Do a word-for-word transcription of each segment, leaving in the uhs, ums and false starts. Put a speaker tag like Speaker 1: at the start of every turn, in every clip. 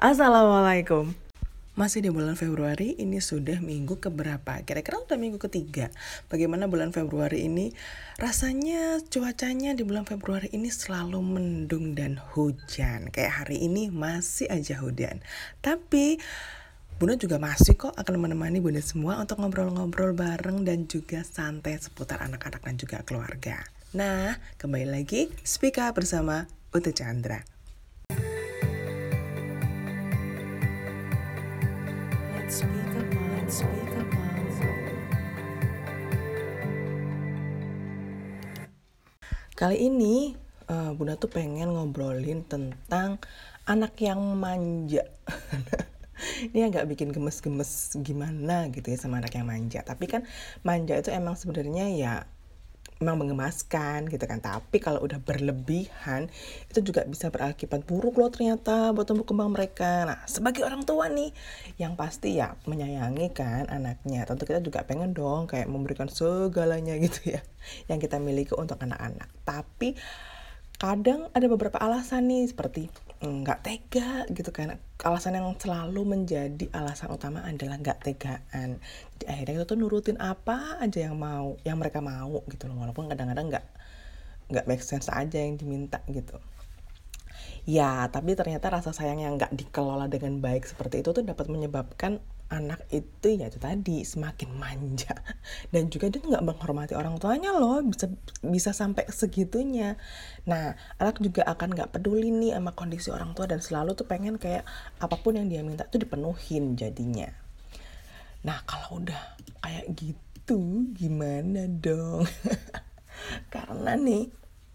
Speaker 1: Assalamualaikum. Masih di bulan Februari, ini sudah minggu keberapa? Kira-kira udah minggu ketiga. Bagaimana bulan Februari ini? Rasanya cuacanya di bulan Februari ini selalu mendung dan hujan. Kayak hari ini masih aja hujan. Tapi Bunda juga masih kok akan menemani Bunda semua untuk ngobrol-ngobrol bareng dan juga santai seputar anak-anak dan juga keluarga. Nah, kembali lagi Speak Up bersama Uta Chandra. Kali ini uh, Bunda tuh pengen ngobrolin tentang anak yang manja. Ini agak bikin gemes-gemes gimana gitu ya sama anak yang manja. Tapi kan manja itu emang sebenarnya ya emang mengemaskan gitu kan. Tapi kalau udah berlebihan itu juga bisa berakibat buruk loh ternyata buat tumbuh kembang mereka. Nah, sebagai orang tua nih yang pasti ya menyayangi kan anaknya. Tentu kita juga pengen dong kayak memberikan segalanya gitu ya yang kita miliki untuk anak-anak. Tapi kadang ada beberapa alasan nih seperti nggak tega gitu kan. Alasan yang selalu menjadi alasan utama adalah nggak tegaan. Jadi akhirnya kita tuh nurutin apa aja yang mau, yang mereka mau gitu loh. Walaupun kadang-kadang nggak nggak make sense aja yang diminta gitu. Ya, tapi ternyata rasa sayang yang nggak dikelola dengan baik seperti itu tuh dapat menyebabkan anak itu ya itu tadi semakin manja dan juga dia tuh nggak menghormati orang tuanya loh, bisa bisa sampai segitunya. Nah, anak juga akan nggak peduli nih sama kondisi orang tua dan selalu tuh pengen kayak apapun yang dia minta tuh dipenuhin jadinya. Nah, kalau udah kayak gitu gimana dong? Karena nih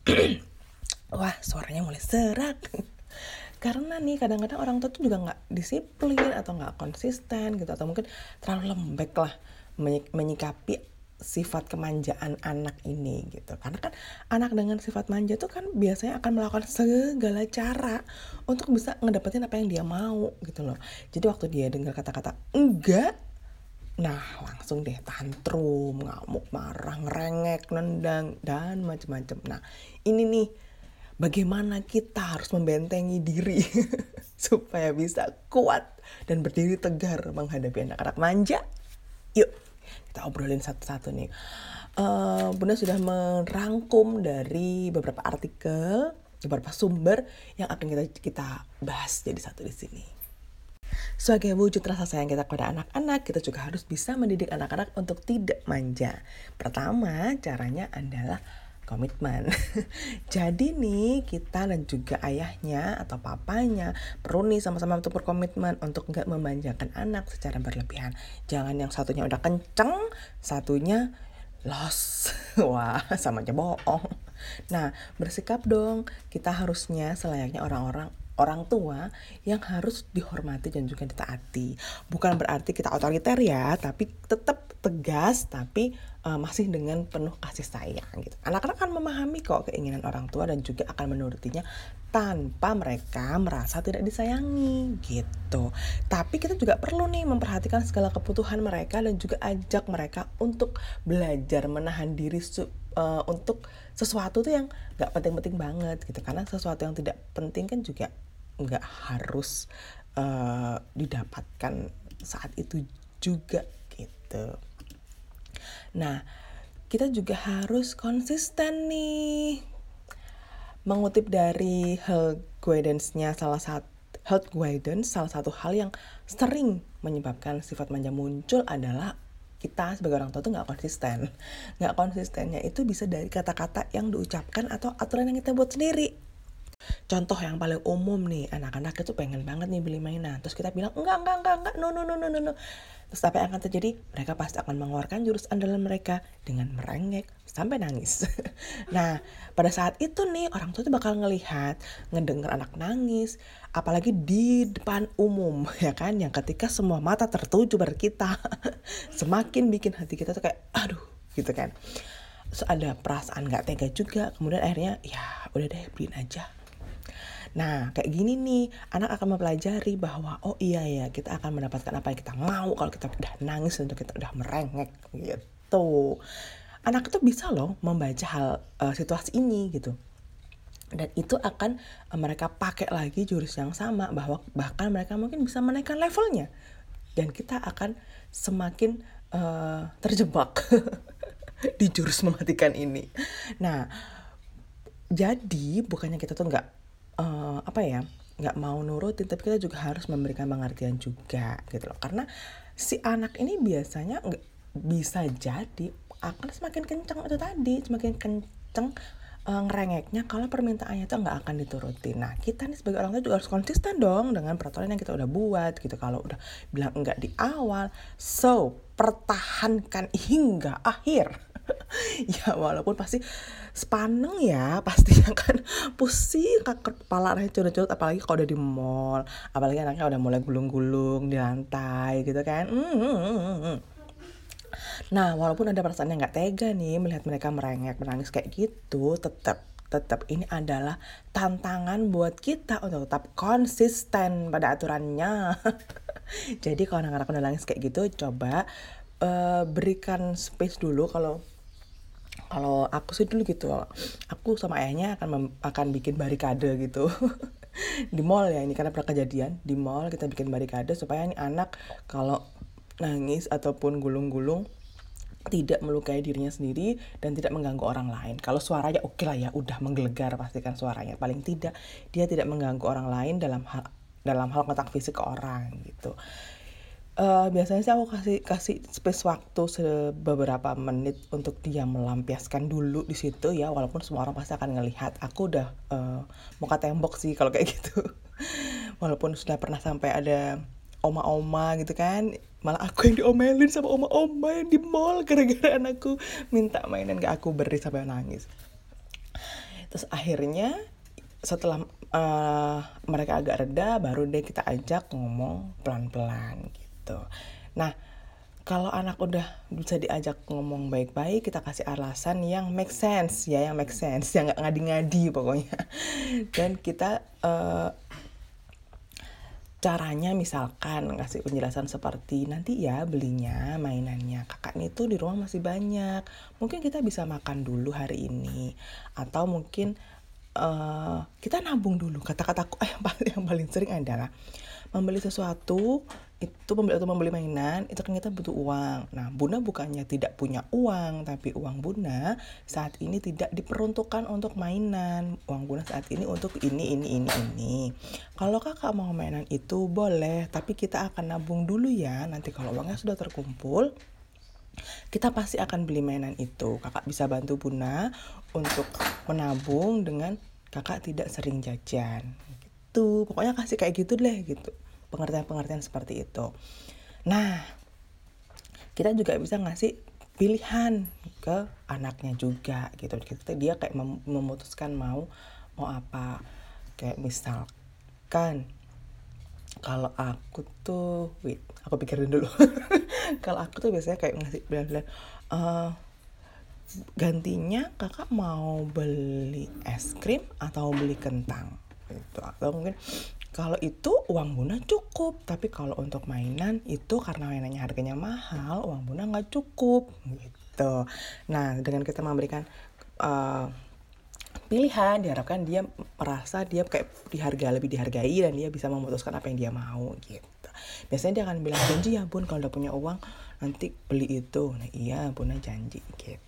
Speaker 1: wah, suaranya mulai serak. Karena nih kadang-kadang orang tua tuh juga nggak disiplin atau nggak konsisten gitu, atau mungkin terlalu lembek lah menyikapi sifat kemanjaan anak ini gitu. Karena kan anak dengan sifat manja tuh kan biasanya akan melakukan segala cara untuk bisa ngedapetin apa yang dia mau gitu loh. Jadi waktu dia dengar kata-kata enggak, nah langsung deh tantrum, ngamuk, marah, ngerengek, nendang dan macam-macam. Nah ini nih bagaimana kita harus membentengi diri supaya bisa kuat dan berdiri tegar menghadapi anak-anak manja. Yuk kita obrolin satu-satu nih. Uh, Bunda sudah merangkum dari beberapa artikel, beberapa sumber yang akan kita kita bahas jadi satu di sini. Sebagai wujud rasa sayang kita kepada anak-anak, kita juga harus bisa mendidik anak-anak untuk tidak manja. Pertama, caranya adalah komitmen. Jadi nih kita dan juga ayahnya atau papanya perlu nih sama-sama untuk berkomitmen untuk gak memanjakan anak secara berlebihan. Jangan yang satunya udah kenceng, satunya los. Wah, sama aja bohong. Nah, bersikap dong. Kita harusnya selayaknya orang-orang orang tua yang harus dihormati dan juga ditaati. Bukan berarti kita otoriter ya, tapi tetap tegas, tapi uh, masih dengan penuh kasih sayang gitu. Anak-anak akan memahami kok keinginan orang tua dan juga akan menurutinya tanpa mereka merasa tidak disayangi gitu. Tapi kita juga perlu nih memperhatikan segala kebutuhan mereka dan juga ajak mereka untuk belajar menahan diri su- uh, untuk sesuatu tuh yang gak penting-penting banget gitu. Karena sesuatu yang tidak penting kan juga nggak harus uh, didapatkan saat itu juga gitu. Nah, kita juga harus konsisten nih. Mengutip dari health guidance-nya salah satu health guidance, salah satu hal yang sering menyebabkan sifat manja muncul adalah kita sebagai orang tua tuh nggak konsisten. Nggak konsistennya itu bisa dari kata-kata yang diucapkan atau aturan yang kita buat sendiri. Contoh yang paling umum nih, anak-anak itu pengen banget nih beli mainan. Terus kita bilang, enggak, enggak, enggak, enggak, no, no, no, no, no. Terus apa yang akan terjadi? Mereka pasti akan mengeluarkan jurus andalan mereka dengan merengek sampai nangis. Nah, pada saat itu nih, orang tua tuh bakal ngelihat, ngedenger anak nangis. Apalagi di depan umum, ya kan? Yang ketika semua mata tertuju pada kita. Semakin bikin hati kita tuh kayak, aduh, gitu kan. Terus ada perasaan gak tega juga. Kemudian akhirnya, ya udah deh, beliin aja. Nah, kayak gini nih, anak akan mempelajari bahwa oh iya ya, kita akan mendapatkan apa yang kita mau kalau kita udah nangis dan kita udah merengek gitu. Anak itu bisa loh membaca hal uh, situasi ini gitu. Dan itu akan uh, mereka pakai lagi jurus yang sama, bahwa bahkan mereka mungkin bisa menaikkan levelnya. Dan kita akan semakin uh, terjebak di jurus mematikan ini. Nah, jadi bukannya kita tuh nggak uh, apa ya nggak mau nurutin, tapi kita juga harus memberikan pengertian juga gitu loh. Karena si anak ini biasanya nggak bisa jadi akan semakin kencang itu tadi, semakin kencang uh, ngerengeknya kalau permintaannya itu nggak akan diturutin. Nah, kita nih sebagai orang tua juga harus konsisten dong dengan peraturan yang kita udah buat gitu. Kalau udah bilang enggak di awal, so pertahankan hingga akhir. Ya walaupun pasti sepaneng ya, pastinya kan pusing kepala rasanya curut-curut, apalagi kalau udah di mall, apalagi anaknya udah mulai gulung-gulung di lantai gitu kan. Mm-hmm. Nah, walaupun ada perasaan yang nggak tega nih melihat mereka merengek menangis kayak gitu, tetap tetap ini adalah tantangan buat kita untuk tetap konsisten pada aturannya. Jadi kalau anak-anak udah nangis kayak gitu, coba uh, berikan space dulu. Kalau Kalau aku sih dulu gitu, aku sama ayahnya akan mem- akan bikin barikade gitu di mall ya. Ini karena pernah kejadian di mall, kita bikin barikade supaya nih anak kalau nangis ataupun gulung-gulung tidak melukai dirinya sendiri dan tidak mengganggu orang lain. Kalau suaranya oke lah ya, udah menggelegar, pastikan suaranya. Paling tidak dia tidak mengganggu orang lain dalam hal dalam hal kontak fisik ke orang gitu. Uh, biasanya sih aku kasih kasih space waktu beberapa menit untuk dia melampiaskan dulu di situ ya, walaupun semua orang pasti akan ngelihat. Aku udah uh, muka tembok sih kalau kayak gitu. Walaupun sudah pernah sampai ada oma-oma gitu kan, malah aku yang diomelin sama oma-oma yang di mall gara-gara anakku minta mainan gak aku beri sampai nangis. Terus akhirnya setelah uh, mereka agak reda, baru deh kita ajak ngomong pelan-pelan gitu. Nah, kalau anak udah bisa diajak ngomong baik-baik, kita kasih alasan yang make sense ya, yang make sense, yang nggak ngadi-ngadi pokoknya. Dan kita uh, caranya misalkan ngasih penjelasan seperti, nanti ya belinya mainannya kakak nih tuh di rumah masih banyak, mungkin kita bisa makan dulu hari ini, atau mungkin uh, kita nabung dulu. Kata-kataku eh, yang paling yang paling sering adalah membeli sesuatu itu, membeli atau membeli mainan itu kan kita butuh uang. Nah, Bunda bukannya tidak punya uang, tapi uang Bunda saat ini tidak diperuntukkan untuk mainan. Uang Bunda saat ini untuk ini ini ini ini. Kalau kakak mau mainan itu boleh, tapi kita akan nabung dulu ya. Nanti kalau uangnya sudah terkumpul, kita pasti akan beli mainan itu. Kakak bisa bantu Bunda untuk menabung dengan kakak tidak sering jajan gitu. Pokoknya kasih kayak gitu deh gitu, pengertian-pengertian seperti itu. Nah, kita juga bisa ngasih pilihan ke anaknya juga gitu. Kita dia kayak mem- memutuskan mau mau apa. Kayak misalkan kalau aku tuh, wait, aku pikirin dulu. Kalau aku tuh biasanya kayak ngasih bilang-bilang, uh, gantinya kakak mau beli es krim atau beli kentang gitu. Atau mungkin kalau itu uang Bunda cukup, tapi kalau untuk mainan itu karena mainannya harganya mahal, uang Bunda nggak cukup gitu. Nah, dengan kita memberikan uh, pilihan, diharapkan dia merasa dia kayak dihargai, lebih dihargai, dan dia bisa memutuskan apa yang dia mau gitu. Biasanya dia akan bilang, janji ya Bun, kalau udah punya uang nanti beli itu. Nah iya Bunda janji gitu.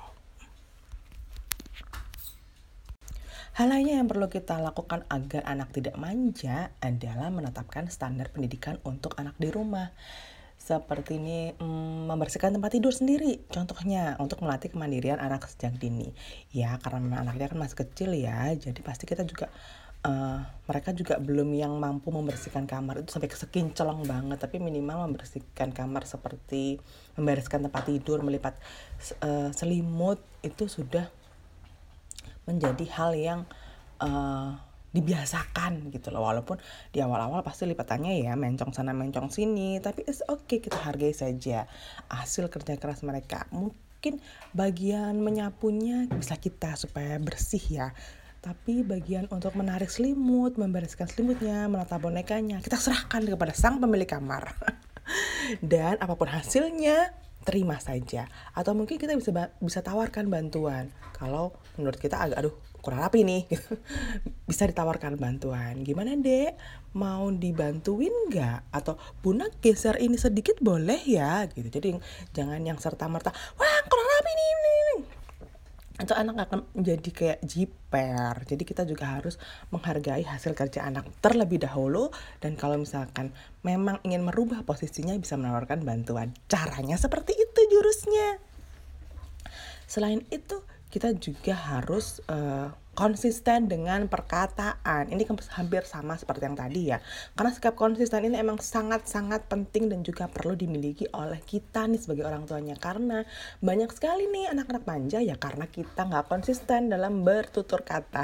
Speaker 1: Hal lainnya yang perlu kita lakukan agar anak tidak manja adalah menetapkan standar pendidikan untuk anak di rumah. Seperti ini, hmm, membersihkan tempat tidur sendiri. Contohnya, untuk melatih kemandirian anak sejak dini. Ya, karena anaknya kan masih kecil ya, jadi pasti kita juga, uh, mereka juga belum yang mampu membersihkan kamar itu sampai sekinclong banget. Tapi minimal membersihkan kamar seperti membereskan tempat tidur, melipat uh, selimut, itu sudah menjadi hal yang uh, dibiasakan gitu loh. Walaupun di awal-awal pasti lipatannya ya mencong sana mencong sini, tapi it's okay, kita hargai saja hasil kerja keras mereka. Mungkin bagian menyapunya bisa kita supaya bersih ya, tapi bagian untuk menarik selimut, membereskan selimutnya, menata bonekanya, kita serahkan kepada sang pemilik kamar. Dan apapun hasilnya, terima saja. Atau mungkin kita bisa bisa tawarkan bantuan kalau menurut kita agak aduh kurang rapi nih gitu. Bisa ditawarkan bantuan, gimana dek, mau dibantuin nggak, atau bunda geser ini sedikit boleh ya gitu. Jadi jangan yang serta merta wah kurang rapi nih, nih, nih. Atau anak akan menjadi kayak jiper. Jadi kita juga harus menghargai hasil kerja anak terlebih dahulu, dan kalau misalkan memang ingin merubah posisinya bisa menawarkan bantuan. Caranya seperti itu jurusnya. Selain itu kita juga harus uh, konsisten dengan perkataan. Ini hampir sama seperti yang tadi ya. Karena sikap konsisten ini emang sangat-sangat penting dan juga perlu dimiliki oleh kita nih sebagai orang tuanya. Karena banyak sekali nih anak-anak manja ya karena kita gak konsisten dalam bertutur kata.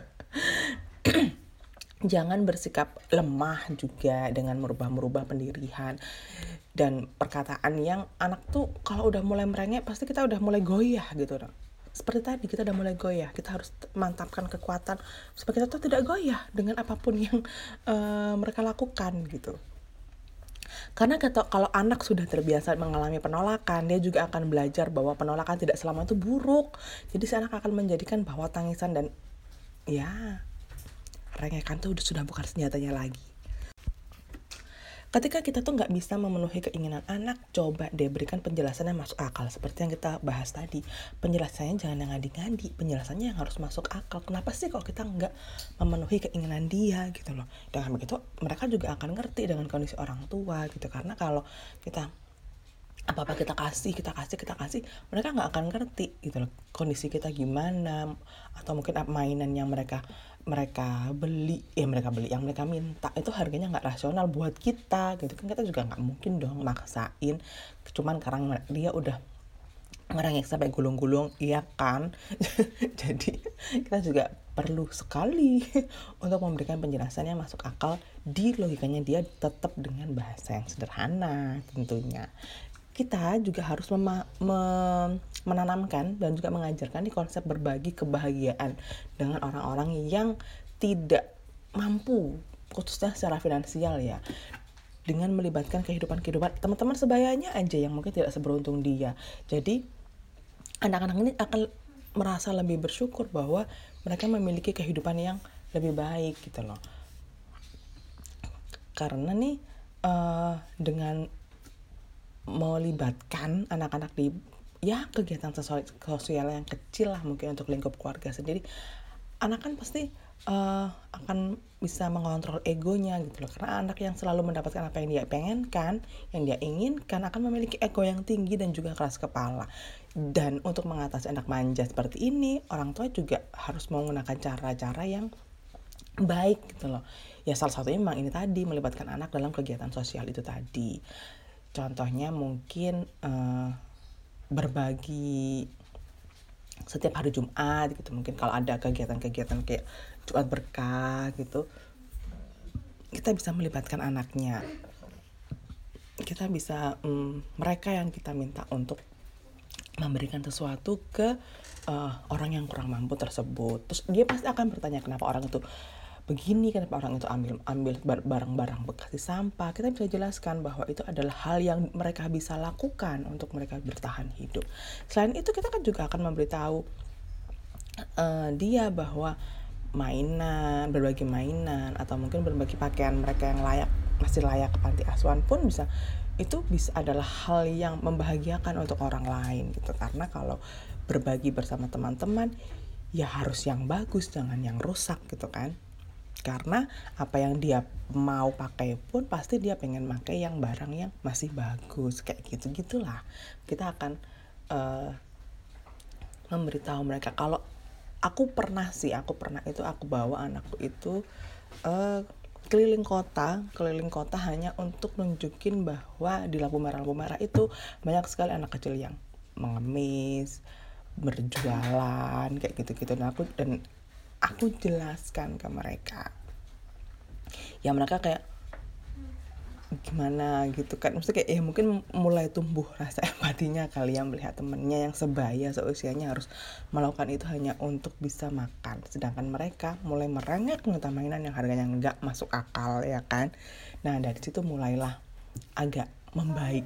Speaker 1: Jangan bersikap lemah juga dengan merubah-merubah pendirian dan perkataan yang anak tuh kalau udah mulai merengek pasti kita udah mulai goyah gitu. Seperti tadi kita udah mulai goyah, kita harus mantapkan kekuatan supaya kita tuh tidak goyah dengan apapun yang uh, mereka lakukan gitu. Karena kalau anak sudah terbiasa mengalami penolakan, dia juga akan belajar bahwa penolakan tidak selama itu buruk. Jadi si anak akan menjadikan bahwa tangisan dan ya rengekan tuh sudah bukan senjatanya lagi. Ketika kita tuh nggak bisa memenuhi keinginan anak, coba deh berikan penjelasan yang masuk akal. Seperti yang kita bahas tadi, penjelasannya jangan yang ngadi-ngadi, penjelasannya yang harus masuk akal. Kenapa sih kalau kita nggak memenuhi keinginan dia gitu loh. Dengan begitu mereka juga akan ngerti dengan kondisi orang tua gitu. Karena kalau kita apa-apa kita kasih, kita kasih, kita kasih, mereka nggak akan ngerti gitu loh kondisi kita gimana, atau mungkin mainan yang mereka mereka beli, ya mereka beli yang mereka minta itu harganya nggak rasional buat kita gitu kan. Kita juga nggak mungkin dong maksain, cuman karena dia udah ngerengek sampai gulung-gulung, iya kan. Jadi kita juga perlu sekali untuk memberikan penjelasan yang masuk akal di logikanya dia, tetap dengan bahasa yang sederhana tentunya. Kita juga harus mema- me- menanamkan dan juga mengajarkan di konsep berbagi kebahagiaan dengan orang-orang yang tidak mampu, khususnya secara finansial ya, dengan melibatkan kehidupan-kehidupan teman-teman sebayanya aja yang mungkin tidak seberuntung dia. Jadi anak-anak ini akan merasa lebih bersyukur bahwa mereka memiliki kehidupan yang lebih baik gitu loh. Karena nih uh, dengan melibatkan anak-anak di ya kegiatan sosial yang kecil lah mungkin untuk lingkup keluarga sendiri, anak kan pasti uh, akan bisa mengontrol egonya gitu loh. Karena anak yang selalu mendapatkan apa yang dia pengenkan, yang dia inginkan, akan memiliki ego yang tinggi dan juga keras kepala. Dan untuk mengatasi anak manja seperti ini, orang tua juga harus menggunakan cara-cara yang baik gitu loh. Ya salah satunya memang ini tadi, melibatkan anak dalam kegiatan sosial itu tadi. Contohnya mungkin uh, berbagi setiap hari Jumat gitu. Mungkin kalau ada kegiatan-kegiatan kayak Jumat berkah gitu, kita bisa melibatkan anaknya. Kita bisa um, mereka yang kita minta untuk memberikan sesuatu ke uh, orang yang kurang mampu tersebut. Terus dia pasti akan bertanya kenapa orang itu begini, kenapa orang itu ambil ambil barang-barang bekas di sampah. Kita bisa jelaskan bahwa itu adalah hal yang mereka bisa lakukan untuk mereka bertahan hidup. Selain itu kita kan juga akan memberitahu uh, dia bahwa mainan, berbagi mainan, atau mungkin berbagi pakaian mereka yang layak, masih layak ke panti asuhan pun bisa, itu bisa adalah hal yang membahagiakan untuk orang lain gitu. Karena kalau berbagi bersama teman-teman ya harus yang bagus, jangan yang rusak gitu kan. Karena apa yang dia mau pakai pun pasti dia pengen pakai yang barang yang masih bagus, kayak gitu-gitulah. Kita akan uh, memberitahu mereka. Kalau aku pernah sih, aku pernah itu aku bawa anakku itu uh, keliling kota, keliling kota hanya untuk nunjukin bahwa di lampu merah-lampu merah itu banyak sekali anak kecil yang mengemis, berjualan kayak gitu-gitu. Dan aku dan aku jelaskan ke mereka, ya mereka kayak gimana gitu kan, maksudnya kayak ya mungkin mulai tumbuh rasa empatinya kali ya, melihat temennya yang sebaya seusianya harus melakukan itu hanya untuk bisa makan, sedangkan mereka mulai merengek minta mainan yang harganya nggak masuk akal ya kan. Nah dari situ mulailah agak membaik.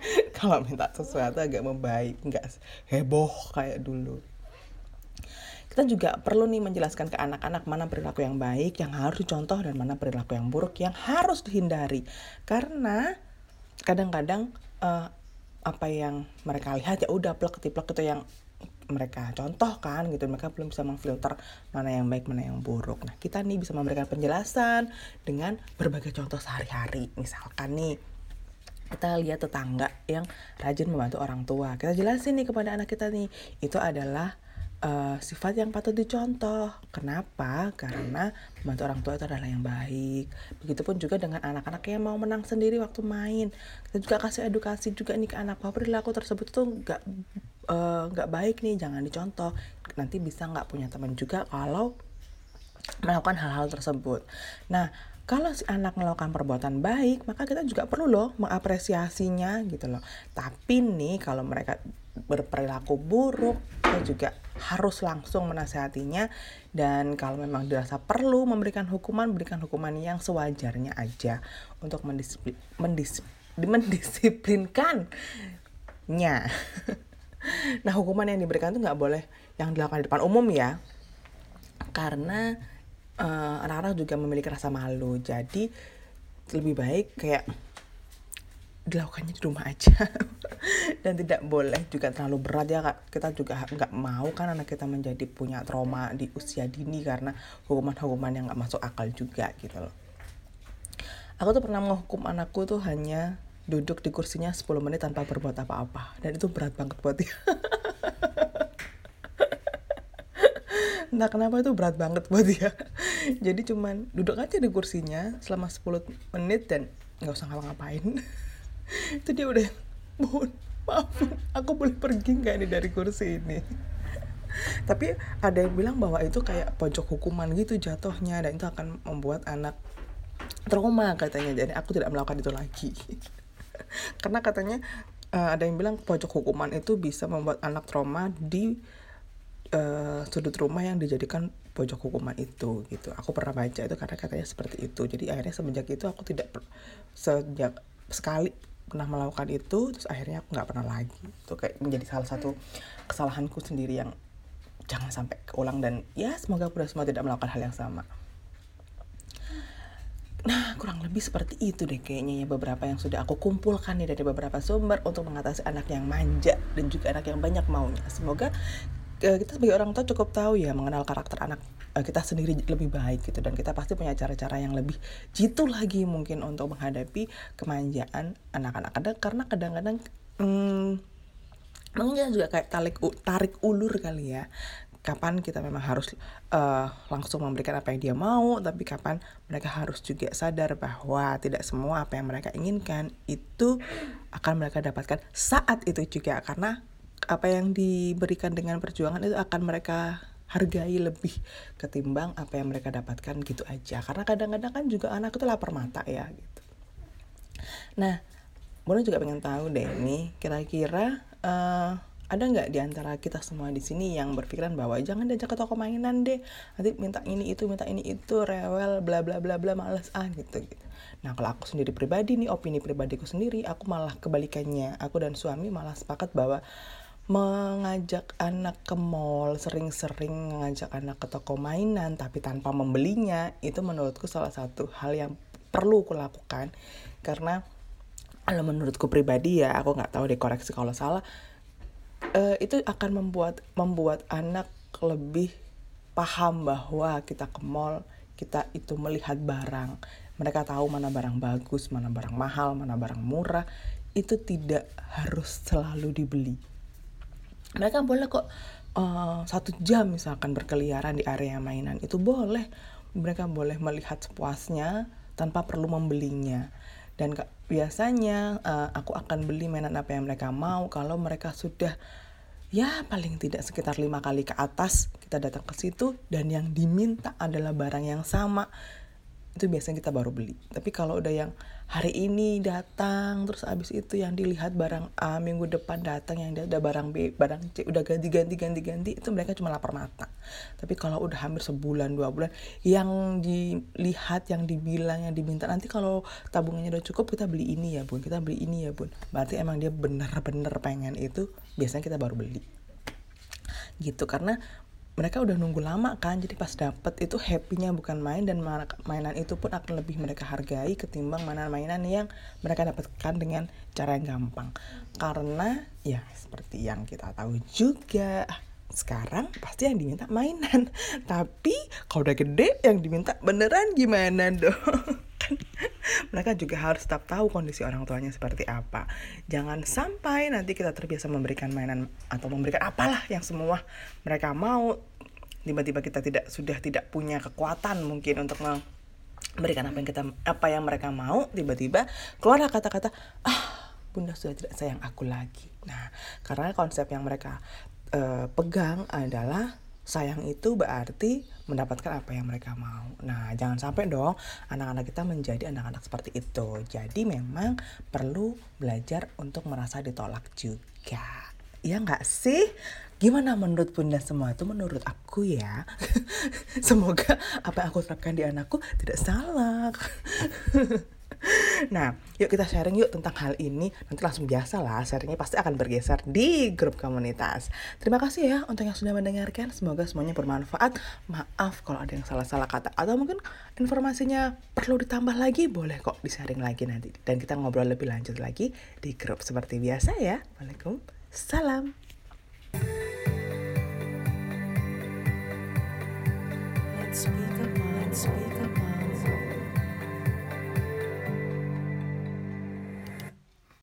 Speaker 1: Kalau minta sesuatu agak membaik, nggak heboh kayak dulu. kita juga perlu nih menjelaskan ke anak-anak mana perilaku yang baik yang harus dicontoh dan mana perilaku yang buruk yang harus dihindari. Karena kadang-kadang uh, apa yang mereka lihat ya udah plek-tiplek itu yang mereka contoh kan gitu, mereka belum bisa memfilter mana yang baik mana yang buruk. Nah kita nih bisa memberikan penjelasan dengan berbagai contoh sehari-hari. Misalkan nih kita lihat tetangga yang rajin membantu orang tua, kita jelasin nih kepada anak kita nih, itu adalah uh, sifat yang patut dicontoh. Kenapa? Karena membantu orang tua itu adalah yang baik. Begitupun juga dengan anak-anak yang mau menang sendiri waktu main, kita juga kasih edukasi juga nih ke anak bahwa perilaku tersebut tuh nggak nggak uh, baik nih, jangan dicontoh. Nanti bisa nggak punya teman juga kalau melakukan hal-hal tersebut. Nah kalau si anak melakukan perbuatan baik, maka kita juga perlu loh mengapresiasinya gitu loh. Tapi nih kalau mereka berperilaku buruk, kita juga harus langsung menasihatinya. Dan kalau memang dirasa perlu memberikan hukuman, berikan hukuman yang sewajarnya aja untuk mendisiplin, mendis, mendisiplinkannya. Nah hukuman yang diberikan itu nggak boleh yang dilakukan di depan umum ya. Karena Uh, anak-anak juga memiliki rasa malu, jadi lebih baik kayak dilakukannya di rumah aja. Dan tidak boleh juga terlalu berat ya Kak. Kita juga nggak mau kan anak kita menjadi punya trauma di usia dini karena hukuman-hukuman yang nggak masuk akal juga gitu loh. Aku tuh pernah menghukum anakku tuh hanya duduk di kursinya sepuluh menit tanpa berbuat apa-apa, dan itu berat banget buat dia. Entah kenapa itu berat banget buat dia. Jadi cuman duduk aja di kursinya selama sepuluh menit dan gak usah ngapa-ngapain. Itu dia udah, mohon maaf, aku boleh pergi gak nih dari kursi ini. Tapi ada yang bilang bahwa itu kayak pojok hukuman gitu jatuhnya, dan itu akan membuat anak trauma katanya. Jadi aku tidak melakukan itu lagi. Karena katanya uh, ada yang bilang pojok hukuman itu bisa membuat anak trauma di Uh, sudut rumah yang dijadikan pojok hukuman itu gitu. Aku pernah baca itu karena katanya seperti itu. Jadi akhirnya semenjak itu aku tidak per, sejak sekali pernah melakukan itu, terus akhirnya aku nggak pernah lagi. Itu kayak menjadi salah satu kesalahanku sendiri yang jangan sampai keulang, dan ya semoga kita semua tidak melakukan hal yang sama. Nah kurang lebih seperti itu deh kayaknya ya beberapa yang sudah aku kumpulkan nih dari beberapa sumber untuk mengatasi anak yang manja dan juga anak yang banyak maunya. Semoga kita sebagai orang tua cukup tahu ya mengenal karakter anak kita sendiri lebih baik gitu, dan kita pasti punya cara-cara yang lebih jitu lagi mungkin untuk menghadapi kemanjaan anak-anak. Karena kadang-kadang hmm, mungkin juga kayak tarik tarik ulur kali ya. Kapan kita memang harus uh, langsung memberikan apa yang dia mau, tapi kapan mereka harus juga sadar bahwa tidak semua apa yang mereka inginkan itu akan mereka dapatkan saat itu juga, karena apa yang diberikan dengan perjuangan itu akan mereka hargai lebih ketimbang apa yang mereka dapatkan gitu aja. Karena kadang-kadang kan juga anak itu lapar mata ya gitu. Nah, Bunda juga pengen tahu deh nih, kira-kira uh, ada nggak di antara kita semua di sini yang berpikiran bahwa jangan diajak ke toko mainan deh, nanti minta ini itu, minta ini itu, rewel, bla bla bla bla, males ah gitu gitu. Nah kalau aku sendiri pribadi nih, opini pribadiku sendiri, aku malah kebalikannya. Aku dan suami malah sepakat bahwa mengajak anak ke mall, sering-sering mengajak anak ke toko mainan tapi tanpa membelinya, itu menurutku salah satu hal yang perlu kulakukan. Karena kalau menurutku pribadi ya, aku nggak tahu deh, koreksi kalau salah, uh, itu akan membuat membuat anak lebih paham bahwa kita ke mall, kita itu melihat barang, mereka tahu mana barang bagus, mana barang mahal, mana barang murah. Itu tidak harus selalu dibeli. Mereka boleh kok uh, satu jam misalkan berkeliaran di area mainan, itu boleh. Mereka boleh melihat sepuasnya tanpa perlu membelinya. Dan biasanya uh, aku akan beli mainan apa yang mereka mau kalau mereka sudah ya paling tidak sekitar lima kali ke atas kita datang ke situ dan yang diminta adalah barang yang sama. Itu biasanya kita baru beli. Tapi kalau udah yang hari ini datang, terus abis itu yang dilihat barang A, minggu depan datang yang ada barang B, barang C, udah ganti-ganti ganti-ganti, itu mereka cuma lapar mata. Tapi kalau udah hampir sebulan, dua bulan, yang dilihat, yang dibilang, yang diminta, nanti kalau tabungannya udah cukup, kita beli ini ya bun, kita beli ini ya bun. Berarti emang dia bener-bener pengen itu, biasanya kita baru beli. Gitu, karena mereka udah nunggu lama kan, jadi pas dapet itu happy-nya bukan main, dan mainan itu pun akan lebih mereka hargai ketimbang mainan-mainan yang mereka dapatkan dengan cara yang gampang. Karena ya seperti yang kita tahu juga, sekarang pasti yang diminta mainan, tapi kalau udah gede yang diminta beneran gimana dong? Mereka juga harus tetap tahu kondisi orang tuanya seperti apa. Jangan sampai nanti kita terbiasa memberikan mainan atau memberikan apalah yang semua mereka mau, tiba-tiba kita tidak sudah tidak punya kekuatan mungkin untuk memberikan apa yang kita apa yang mereka mau, tiba-tiba keluarlah kata-kata, ah bunda sudah tidak sayang aku lagi. Nah, karena konsep yang mereka uh, pegang adalah sayang itu berarti mendapatkan apa yang mereka mau. Nah, jangan sampai dong anak-anak kita menjadi anak-anak seperti itu. Jadi memang perlu belajar untuk merasa ditolak juga. Ya nggak sih? Gimana menurut bunda semua? Itu menurut aku ya. Semoga apa yang aku terapkan di anakku tidak salah. Nah, yuk kita sharing yuk tentang hal ini. Nanti langsung biasa lah, sharingnya pasti akan bergeser di grup komunitas. Terima kasih ya untuk yang sudah mendengarkan. Semoga semuanya bermanfaat. Maaf kalau ada yang salah-salah kata, atau mungkin informasinya perlu ditambah lagi, boleh kok di-sharing lagi nanti. Dan kita ngobrol lebih lanjut lagi di grup seperti biasa ya. Waalaikumsalam. Let's speak up, let's speak up.